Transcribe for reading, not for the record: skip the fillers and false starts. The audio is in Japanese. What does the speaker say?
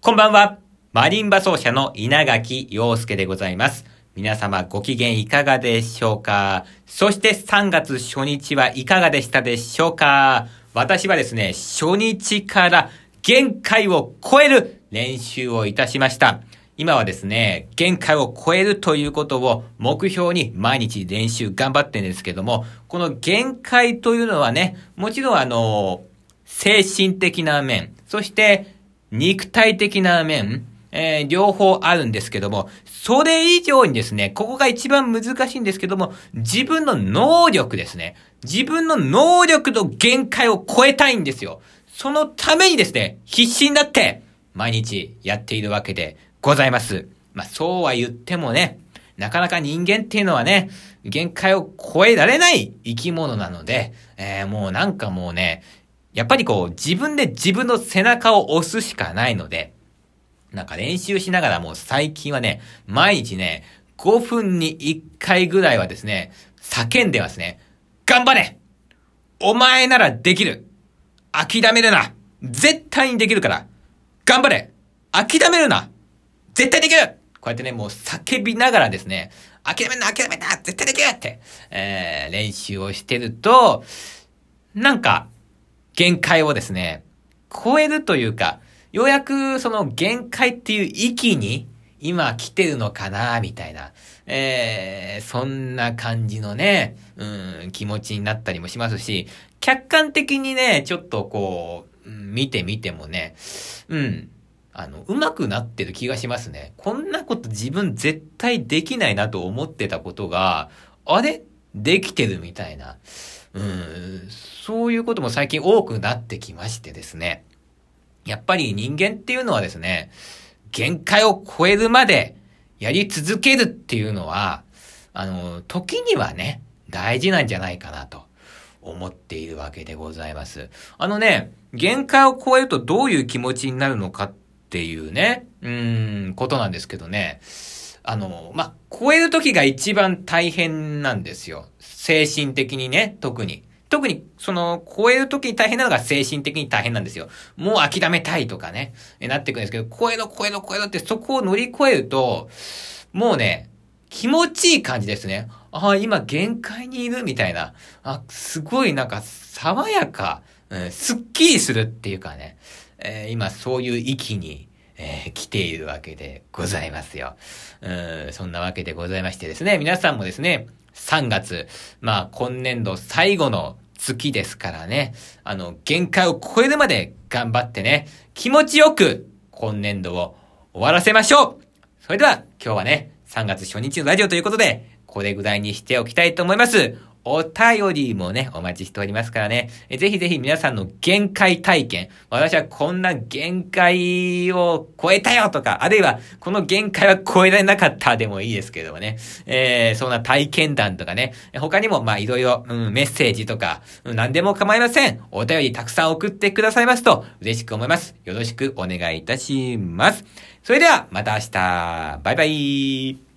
こんばんは。マリンバ奏者の稲垣陽介でございます。皆様ご機嫌いかがでしょうか？そして3月初日はいかがでしたでしょうか？私はですね、初日から限界を超える練習をいたしました。今はですね、限界を超えるということを目標に毎日練習頑張ってるんですけども、この限界というのはね、もちろん精神的な面、そして肉体的な面、両方あるんですけども、それ以上にですね、ここが一番難しいんですけども、自分の能力ですね。自分の能力の限界を超えたいんですよ。そのためにですね、必死になって毎日やっているわけでございます。そうは言ってもね、なかなか人間っていうのはね、限界を超えられない生き物なので、もうね、やっぱり自分で自分の背中を押すしかないので、練習しながらもう最近はね、毎日ね、5分に1回ぐらいはですね、叫んでますね。頑張れ！お前ならできる！諦めるな！絶対にできるから！頑張れ！諦めるな！絶対できる！こうやってね、もう叫びながらですね、諦めんな！絶対できる！って、練習をしてると、限界をですね、超えるというか、ようやくその限界っていう域に今来てるのかな、みたいな、そんな感じのね、気持ちになったりもしますし、客観的にね、ちょっと見てみてもね、上手くなってる気がしますね。こんなこと自分絶対できないなと思ってたことが、あれ？できてるみたいな。そういうことも最近多くなってきましてですね。やっぱり人間っていうのはですね、限界を超えるまでやり続けるっていうのは、時にはね、大事なんじゃないかなと思っているわけでございます。限界を超えるとどういう気持ちになるのかっていうね、ことなんですけどね。超える時が一番大変なんですよ。精神的にね、特に、超える時に大変なのが精神的に大変なんですよ。もう諦めたいとかね、なってくるんですけど、超えろってそこを乗り越えると、もうね、気持ちいい感じですね。今限界にいるみたいな。すごい爽やか、すっきりするっていうかね、今そういう域に、来ているわけでございますよ。そんなわけでございましてですね、皆さんもですね、3月、今年度最後の月ですからね、限界を超えるまで頑張ってね、気持ちよく今年度を終わらせましょう。それでは今日はね、3月初日のラジオということで、これぐらいにしておきたいと思います。お便りもね、お待ちしておりますからね。ぜひぜひ皆さんの限界体験、私はこんな限界を超えたよとか、あるいはこの限界は超えられなかったでもいいですけどもね。そんな体験談とかね。他にもいろいろ、メッセージとか、何でも構いません。お便りたくさん送ってくださいますと嬉しく思います。よろしくお願いいたします。それではまた明日。バイバイ。